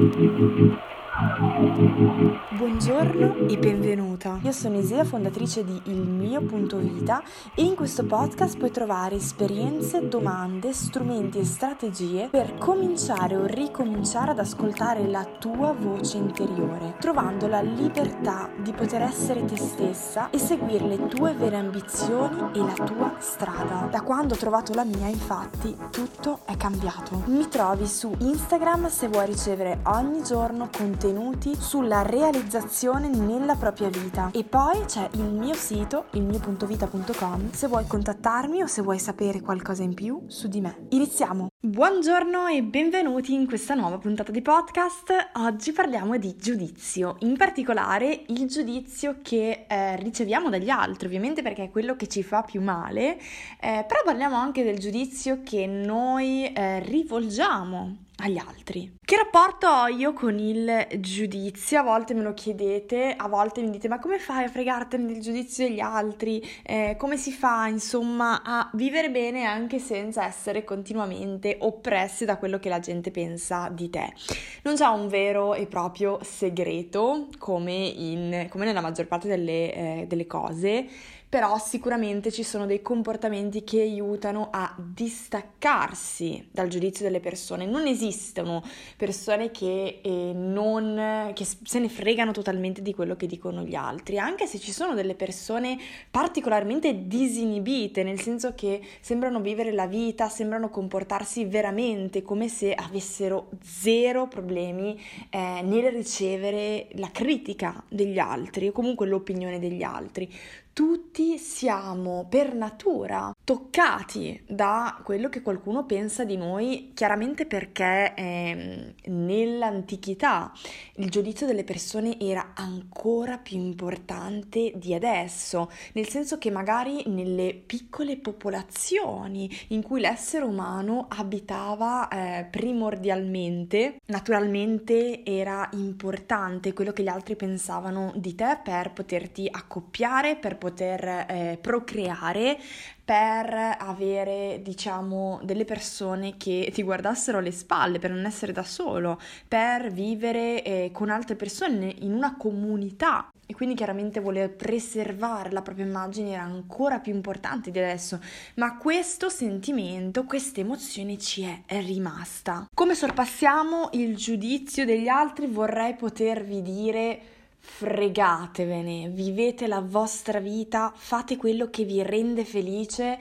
Buongiorno e benvenuta. Io sono Isia, fondatrice di Il Mio Punto Vita, e in questo podcast puoi trovare esperienze, domande, strumenti e strategie per cominciare o ricominciare ad ascoltare la tua voce interiore, trovando la libertà di poter essere te stessa e seguire le tue vere ambizioni e la tua strada. Da quando ho trovato la mia, infatti, tutto è cambiato. Mi trovi su Instagram se vuoi ricevere ogni giorno contenuti sulla realizzazione nella propria vita, e poi c'è il mio sito, ilmio.vita.com, se vuoi contattarmi o se vuoi sapere qualcosa in più su di me. Iniziamo! Buongiorno e benvenuti in questa nuova puntata di podcast. Oggi parliamo di giudizio, in particolare il giudizio che riceviamo dagli altri, ovviamente perché è quello che ci fa più male, però parliamo anche del giudizio che noi rivolgiamo agli altri. Che rapporto ho io con il giudizio? A volte me lo chiedete, a volte mi dite: ma come fai a fregartene del giudizio degli altri? Come si fa, insomma, a vivere bene anche senza essere continuamente oppressi da quello che la gente pensa di te? Non c'è un vero e proprio segreto, come nella maggior parte delle cose, però sicuramente ci sono dei comportamenti che aiutano a distaccarsi dal giudizio delle persone. Non esistono persone che se ne fregano totalmente di quello che dicono gli altri, anche se ci sono delle persone particolarmente disinibite, nel senso che sembrano vivere la vita, sembrano comportarsi veramente come se avessero zero problemi nel ricevere la critica degli altri o comunque l'opinione degli altri. Tutti siamo per natura toccati da quello che qualcuno pensa di noi, chiaramente perché nell'antichità il giudizio delle persone era ancora più importante di adesso, nel senso che magari nelle piccole popolazioni in cui l'essere umano abitava primordialmente, naturalmente era importante quello che gli altri pensavano di te per poterti accoppiare, per poter procreare, per avere, diciamo, delle persone che ti guardassero alle spalle, per non essere da solo, per vivere con altre persone in una comunità. E quindi chiaramente voler preservare la propria immagine era ancora più importante di adesso, ma questo sentimento, questa emozione ci è rimasta. Come sorpassiamo il giudizio degli altri? Vorrei potervi dire: fregatevene, vivete la vostra vita, fate quello che vi rende felici,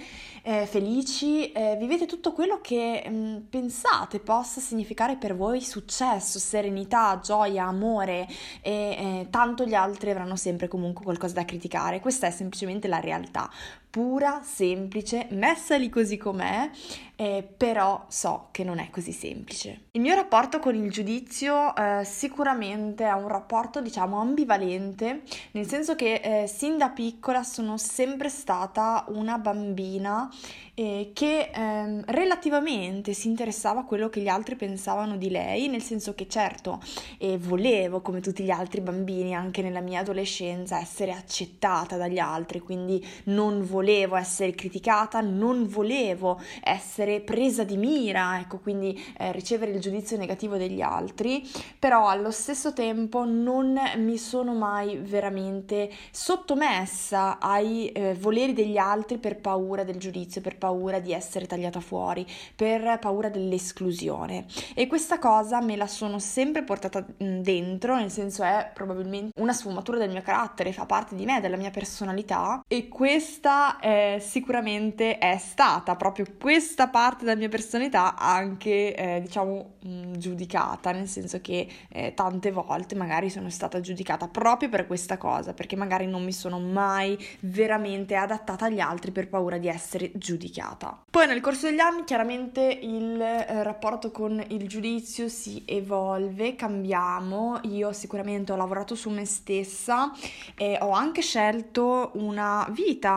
vivete tutto quello che pensate possa significare per voi successo, serenità, gioia, amore, e tanto gli altri avranno sempre comunque qualcosa da criticare. Questa è semplicemente la realtà, pura, semplice, messa lì così com'è, però so che non è così semplice. Il mio rapporto con il giudizio sicuramente è un rapporto, diciamo, ambivalente, nel senso che sin da piccola sono sempre stata una bambina che relativamente si interessava a quello che gli altri pensavano di lei, nel senso che certo volevo, come tutti gli altri bambini anche nella mia adolescenza, essere accettata dagli altri, quindi non volevo essere criticata, non volevo essere presa di mira, ecco, quindi ricevere il giudizio negativo degli altri, però allo stesso tempo non mi sono mai veramente sottomessa ai voleri degli altri per paura del giudizio, per paura di essere tagliata fuori, per paura dell'esclusione. E questa cosa me la sono sempre portata dentro, nel senso è probabilmente una sfumatura del mio carattere, fa parte di me, della mia personalità, e questa sicuramente è stata proprio questa parte della mia personalità anche giudicata, nel senso che tante volte magari sono stata giudicata proprio per questa cosa, perché magari non mi sono mai veramente adattata agli altri per paura di essere giudicata. Poi nel corso degli anni chiaramente il rapporto con il giudizio si evolve, cambiamo. Io sicuramente ho lavorato su me stessa e ho anche scelto una vita, ho anche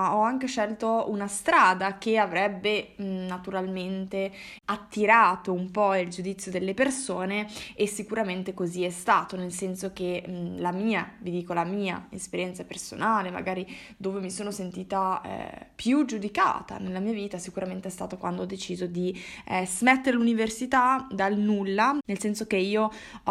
anche scelto una strada che avrebbe naturalmente attirato un po' il giudizio delle persone, e sicuramente così è stato, nel senso che la mia esperienza personale, magari dove mi sono sentita più giudicata nella mia vita, sicuramente è stato quando ho deciso di smettere l'università dal nulla, nel senso che io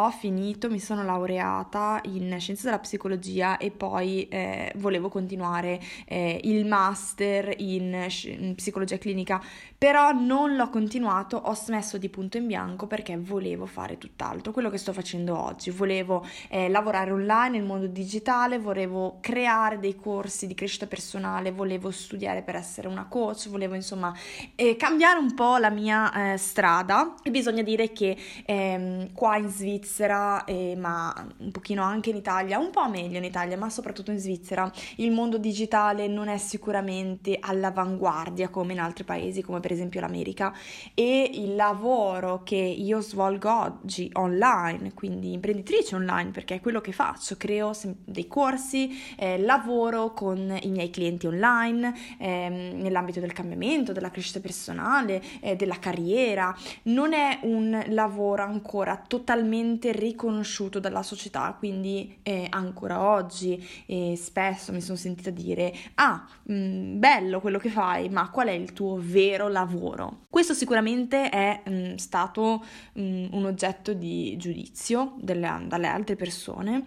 mi sono laureata in scienze della psicologia e poi volevo continuare il master in psicologia clinica, però non l'ho continuato, ho smesso di punto in bianco perché volevo fare tutt'altro, quello che sto facendo oggi. Volevo lavorare online nel mondo digitale, volevo creare dei corsi di crescita personale, volevo studiare per essere una coach, volevo insomma cambiare un po' la mia strada. E bisogna dire che qua in Svizzera, ma un pochino anche in Italia, un po' meglio in Italia, ma soprattutto in Svizzera, il mondo digitale non è sicuramente all'avanguardia come in altri paesi, come per esempio l'America, e il lavoro che io svolgo oggi online, quindi imprenditrice online, perché è quello che faccio, creo dei corsi, lavoro con i miei clienti online, nell'ambito del cambiamento, della crescita personale, della carriera. Non è un lavoro ancora totalmente riconosciuto dalla società, quindi ancora oggi spesso mi sono sentita dire bello quello che fai, ma qual è il tuo vero lavoro? Questo sicuramente è stato un oggetto di giudizio dalle altre persone,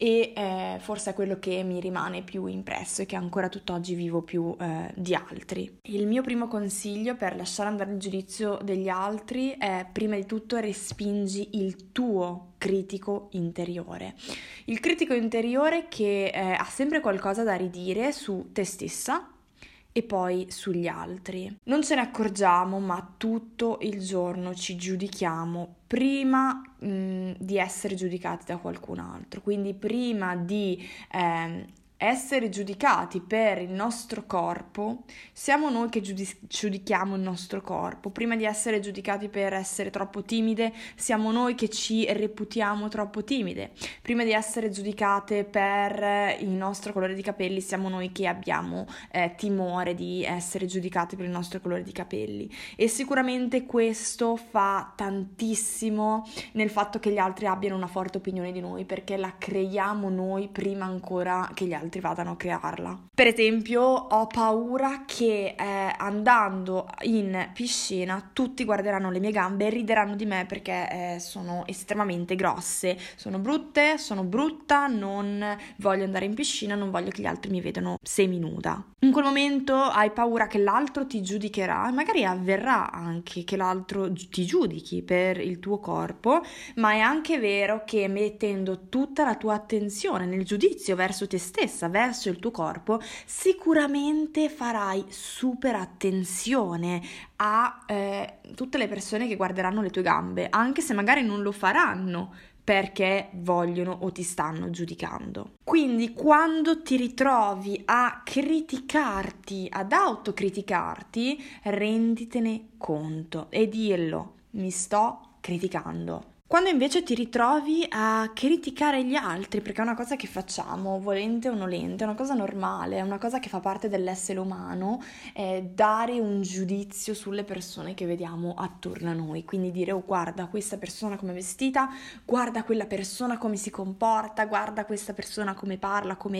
e forse è quello che mi rimane più impresso e che ancora tutt'oggi vivo più di altri. Il mio primo consiglio per lasciare andare il giudizio degli altri è, prima di tutto, respingi il tuo critico interiore. Il critico interiore che ha sempre qualcosa da ridire su te stessa e poi sugli altri. Non ce ne accorgiamo, ma tutto il giorno ci giudichiamo prima di essere giudicati da qualcun altro. Quindi prima di essere giudicati per il nostro corpo, siamo noi che giudichiamo il nostro corpo. Prima di essere giudicati per essere troppo timide, siamo noi che ci reputiamo troppo timide. Prima di essere giudicate per il nostro colore di capelli, siamo noi che abbiamo timore di essere giudicati per il nostro colore di capelli. E sicuramente questo fa tantissimo nel fatto che gli altri abbiano una forte opinione di noi, perché la creiamo noi prima ancora che gli altri vadano a crearla. Per esempio, ho paura che andando in piscina tutti guarderanno le mie gambe e rideranno di me perché sono estremamente grosse, sono brutta, non voglio andare in piscina, non voglio che gli altri mi vedano seminuda. In quel momento hai paura che l'altro ti giudicherà, e magari avverrà anche che l'altro ti giudichi per il tuo corpo, ma è anche vero che mettendo tutta la tua attenzione nel giudizio verso te stessa, verso il tuo corpo, sicuramente farai super attenzione a tutte le persone che guarderanno le tue gambe, anche se magari non lo faranno perché vogliono o ti stanno giudicando. Quindi quando ti ritrovi a criticarti, ad autocriticarti, renditene conto e dillo: mi sto criticando. Quando invece ti ritrovi a criticare gli altri, perché è una cosa che facciamo, volente o nolente, è una cosa normale, è una cosa che fa parte dell'essere umano, dare un giudizio sulle persone che vediamo attorno a noi, quindi dire: oh, guarda questa persona come è vestita, guarda quella persona come si comporta, guarda questa persona come parla, come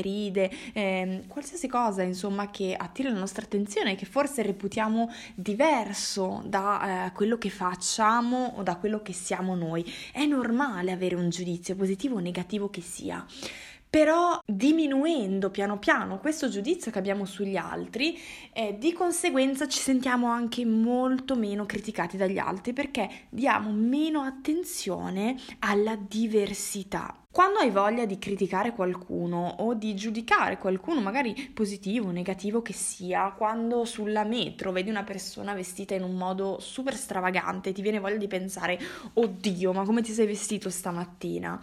ride, qualsiasi cosa insomma che attiri la nostra attenzione, che forse reputiamo diverso da quello che facciamo o da quello che siamo noi. È normale avere un giudizio, positivo o negativo che sia, però diminuendo piano piano questo giudizio che abbiamo sugli altri, di conseguenza ci sentiamo anche molto meno criticati dagli altri, perché diamo meno attenzione alla diversità. Quando hai voglia di criticare qualcuno o di giudicare qualcuno, magari positivo o negativo che sia, quando sulla metro vedi una persona vestita in un modo super stravagante, ti viene voglia di pensare: oddio, ma come ti sei vestito stamattina?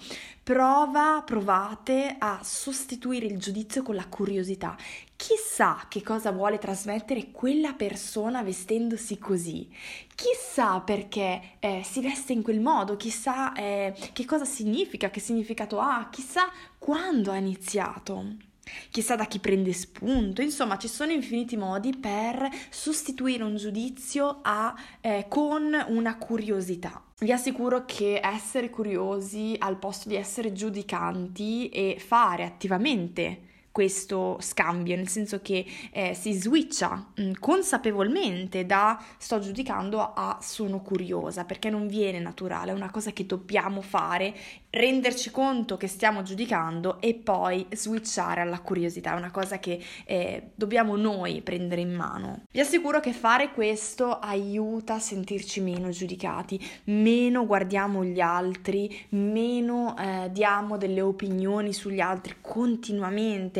Provate a sostituire il giudizio con la curiosità. Chissà che cosa vuole trasmettere quella persona vestendosi così, chissà perché si veste in quel modo, chissà che cosa significa, che significato ha, chissà quando ha iniziato. chissà da chi prende spunto. Insomma, ci sono infiniti modi per sostituire un giudizio con una curiosità. Vi assicuro che essere curiosi al posto di essere giudicanti e fare attivamente questo scambio, nel senso che si switcha consapevolmente da sto giudicando a sono curiosa, perché non viene naturale, è una cosa che dobbiamo fare, renderci conto che stiamo giudicando e poi switchare alla curiosità, è una cosa che dobbiamo noi prendere in mano. Vi assicuro che fare questo aiuta a sentirci meno giudicati, meno guardiamo gli altri, meno diamo delle opinioni sugli altri continuamente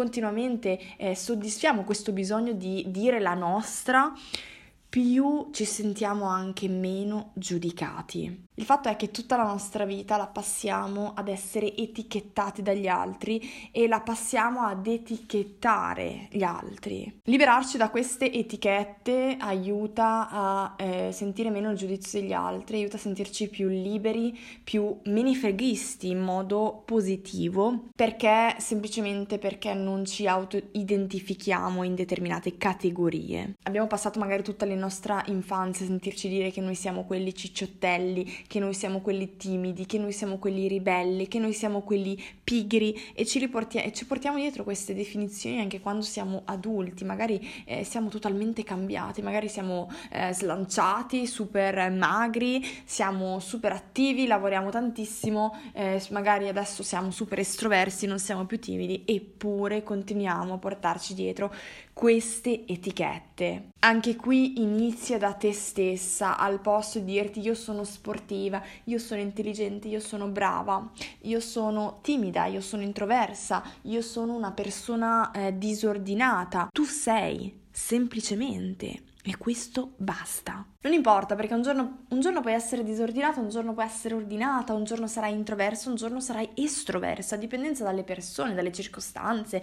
soddisfiamo questo bisogno di dire la nostra, più ci sentiamo anche meno giudicati. Il fatto è che tutta la nostra vita la passiamo ad essere etichettati dagli altri e la passiamo ad etichettare gli altri. Liberarci da queste etichette aiuta a sentire meno il giudizio degli altri, aiuta a sentirci più liberi, più menefreghisti in modo positivo, semplicemente perché non ci auto-identifichiamo in determinate categorie. Abbiamo passato magari tutta la nostra infanzia a sentirci dire che noi siamo quelli cicciottelli, che noi siamo quelli timidi, che noi siamo quelli ribelli, che noi siamo quelli pigri e ci portiamo dietro queste definizioni anche quando siamo adulti. Magari siamo totalmente cambiati, magari siamo slanciati, super magri, siamo super attivi, lavoriamo tantissimo, magari adesso siamo super estroversi, non siamo più timidi, eppure continuiamo a portarci dietro queste etichette. Anche qui inizia da te stessa, al posto di dirti io sono sportiva, io sono intelligente, io sono brava, io sono timida, io sono introversa, io sono una persona disordinata. Tu sei semplicemente. E questo basta. Non importa, perché un giorno puoi essere disordinata, un giorno puoi essere ordinata, un giorno sarai introversa, un giorno sarai estroversa, a dipendenza dalle persone, dalle circostanze,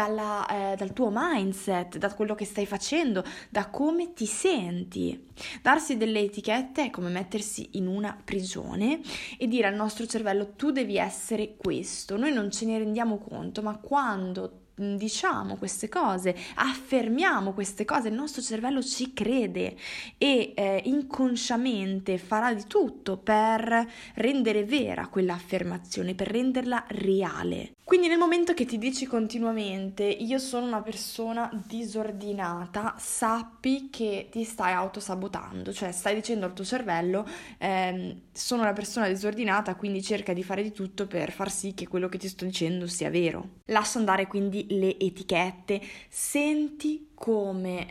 dal tuo mindset, da quello che stai facendo, da come ti senti. Darsi delle etichette è come mettersi in una prigione e dire al nostro cervello tu devi essere questo. Noi non ce ne rendiamo conto, ma quando diciamo queste cose, affermiamo queste cose, il nostro cervello ci crede e inconsciamente farà di tutto per rendere vera quell'affermazione, per renderla reale. Quindi nel momento che ti dici continuamente io sono una persona disordinata, sappi che ti stai autosabotando, cioè stai dicendo al tuo cervello sono una persona disordinata, quindi cerca di fare di tutto per far sì che quello che ti sto dicendo sia vero. Lascia andare quindi le etichette, senti come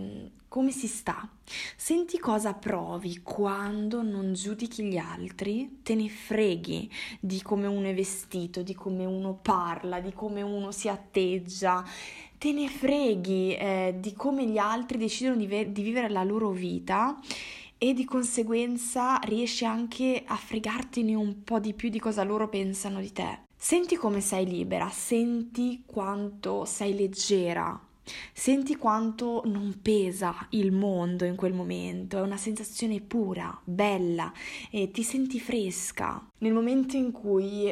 si sta, senti cosa provi quando non giudichi gli altri, te ne freghi di come uno è vestito, di come uno parla, di come uno si atteggia, te ne freghi di come gli altri decidono di vivere la loro vita e di conseguenza riesci anche a fregartene un po' di più di cosa loro pensano di te. Senti come sei libera, senti quanto sei leggera, senti quanto non pesa il mondo in quel momento, è una sensazione pura, bella e ti senti fresca. Nel momento in cui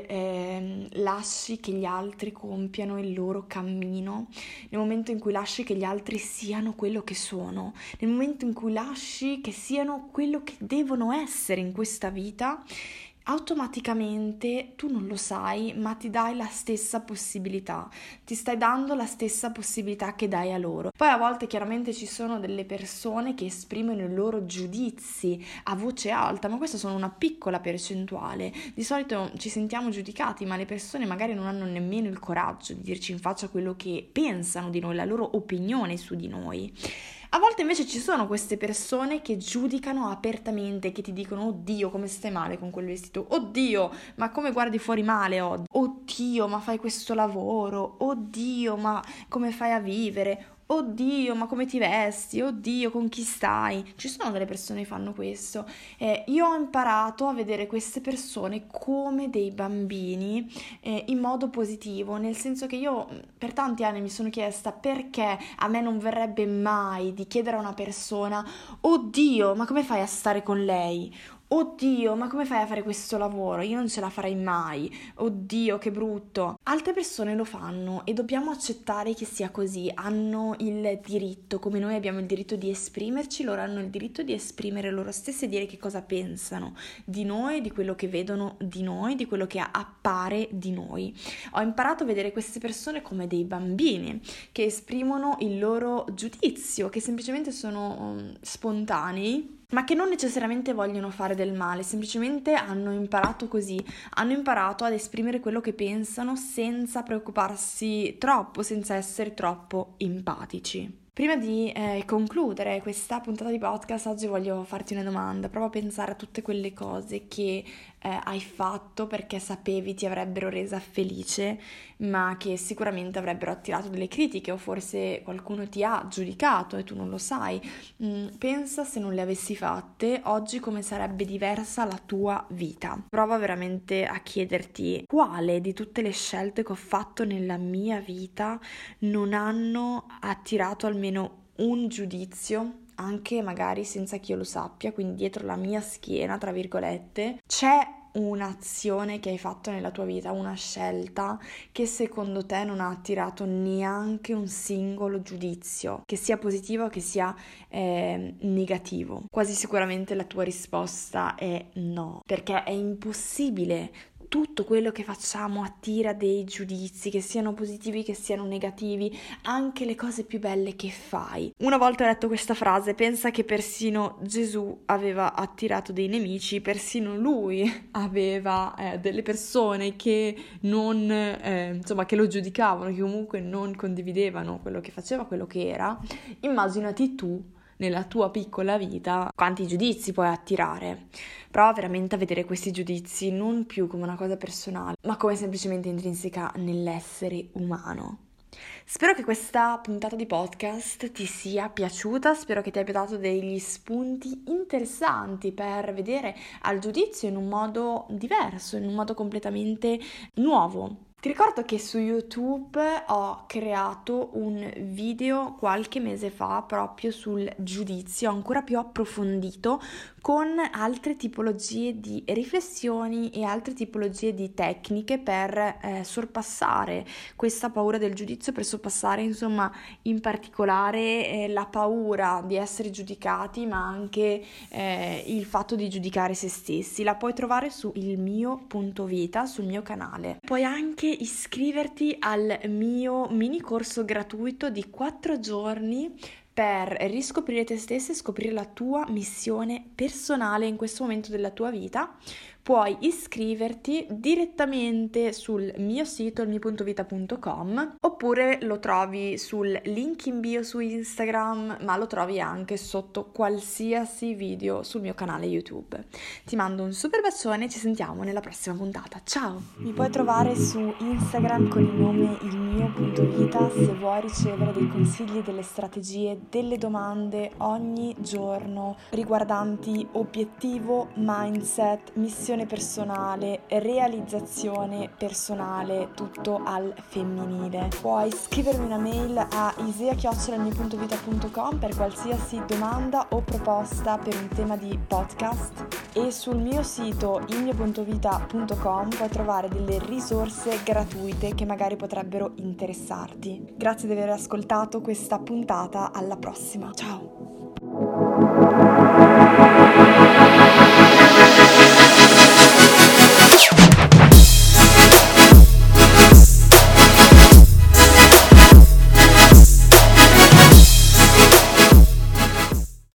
lasci che gli altri compiano il loro cammino, nel momento in cui lasci che gli altri siano quello che sono, nel momento in cui lasci che siano quello che devono essere in questa vita, automaticamente tu non lo sai, ma ti dai la stessa possibilità, ti stai dando la stessa possibilità che dai a loro. Poi a volte chiaramente ci sono delle persone che esprimono i loro giudizi a voce alta, ma questa sono una piccola percentuale. Di solito ci sentiamo giudicati, ma le persone magari non hanno nemmeno il coraggio di dirci in faccia quello che pensano di noi, la loro opinione su di noi. A volte invece ci sono queste persone che giudicano apertamente, che ti dicono oddio come stai male con quel vestito, oddio ma come guardi fuori male oggi, oddio ma fai questo lavoro, oddio ma come fai a vivere, oddio ma come ti vesti, oddio con chi stai. Ci sono delle persone che fanno questo. Io ho imparato a vedere queste persone come dei bambini in modo positivo, nel senso che io per tanti anni mi sono chiesta perché a me non verrebbe mai di chiedere a una persona oddio ma come fai a stare con lei, oddio, ma come fai a fare questo lavoro? Io non ce la farei mai, oddio, che brutto. Altre persone lo fanno e dobbiamo accettare che sia così, hanno il diritto, come noi abbiamo il diritto di esprimerci, loro hanno il diritto di esprimere loro stessi e dire che cosa pensano di noi, di quello che vedono di noi, di quello che appare di noi. Ho imparato a vedere queste persone come dei bambini che esprimono il loro giudizio, che semplicemente sono spontanei, ma che non necessariamente vogliono fare del male, semplicemente hanno imparato così, hanno imparato ad esprimere quello che pensano senza preoccuparsi troppo, senza essere troppo empatici. Prima di concludere questa puntata di podcast, oggi voglio farti una domanda. Prova a pensare a tutte quelle cose che hai fatto perché sapevi ti avrebbero resa felice, ma che sicuramente avrebbero attirato delle critiche, o forse qualcuno ti ha giudicato e tu non lo sai. Pensa, se non le avessi fatte, oggi come sarebbe diversa la tua vita. Prova veramente a chiederti quale di tutte le scelte che ho fatto nella mia vita non hanno attirato almeno un giudizio, anche magari senza che io lo sappia, quindi dietro la mia schiena, tra virgolette. C'è un'azione che hai fatto nella tua vita, una scelta che secondo te non ha attirato neanche un singolo giudizio, che sia positivo o che sia negativo? Quasi sicuramente la tua risposta è no, perché è impossibile. Tutto quello che facciamo attira dei giudizi, che siano positivi, che siano negativi, anche le cose più belle che fai. Una volta ho letto questa frase, pensa che persino Gesù aveva attirato dei nemici, persino lui aveva delle persone che non, che lo giudicavano, che comunque non condividevano quello che faceva, quello che era. Immaginati tu, nella tua piccola vita, quanti giudizi puoi attirare. Prova veramente a vedere questi giudizi non più come una cosa personale, ma come semplicemente intrinseca nell'essere umano. Spero che questa puntata di podcast ti sia piaciuta, spero che ti abbia dato degli spunti interessanti per vedere al giudizio in un modo diverso, in un modo completamente nuovo. Ti ricordo che su YouTube ho creato un video qualche mese fa proprio sul giudizio ancora più approfondito, con altre tipologie di riflessioni e altre tipologie di tecniche per sorpassare questa paura del giudizio, per sorpassare insomma in particolare la paura di essere giudicati, ma anche il fatto di giudicare se stessi. La puoi trovare su ilmio.vita, sul mio canale. Puoi anche iscriverti al mio mini corso gratuito di 4 giorni per riscoprire te stessa e scoprire la tua missione personale in questo momento della tua vita. Puoi iscriverti direttamente sul mio sito, ilmio.vita.com, oppure lo trovi sul link in bio su Instagram, ma lo trovi anche sotto qualsiasi video sul mio canale YouTube. Ti mando un super bacione e ci sentiamo nella prossima puntata. Ciao! Mi puoi trovare su Instagram con il nome ilmio.vita se vuoi ricevere dei consigli, delle strategie, delle domande ogni giorno riguardanti obiettivo, mindset, missione personale, realizzazione personale, tutto al femminile. Puoi scrivermi una mail a isea@ilmio.vita.com per qualsiasi domanda o proposta per un tema di podcast, e sul mio sito ilmio.vita.com puoi trovare delle risorse gratuite che magari potrebbero interessarti. Grazie di aver ascoltato questa puntata, alla prossima. Ciao!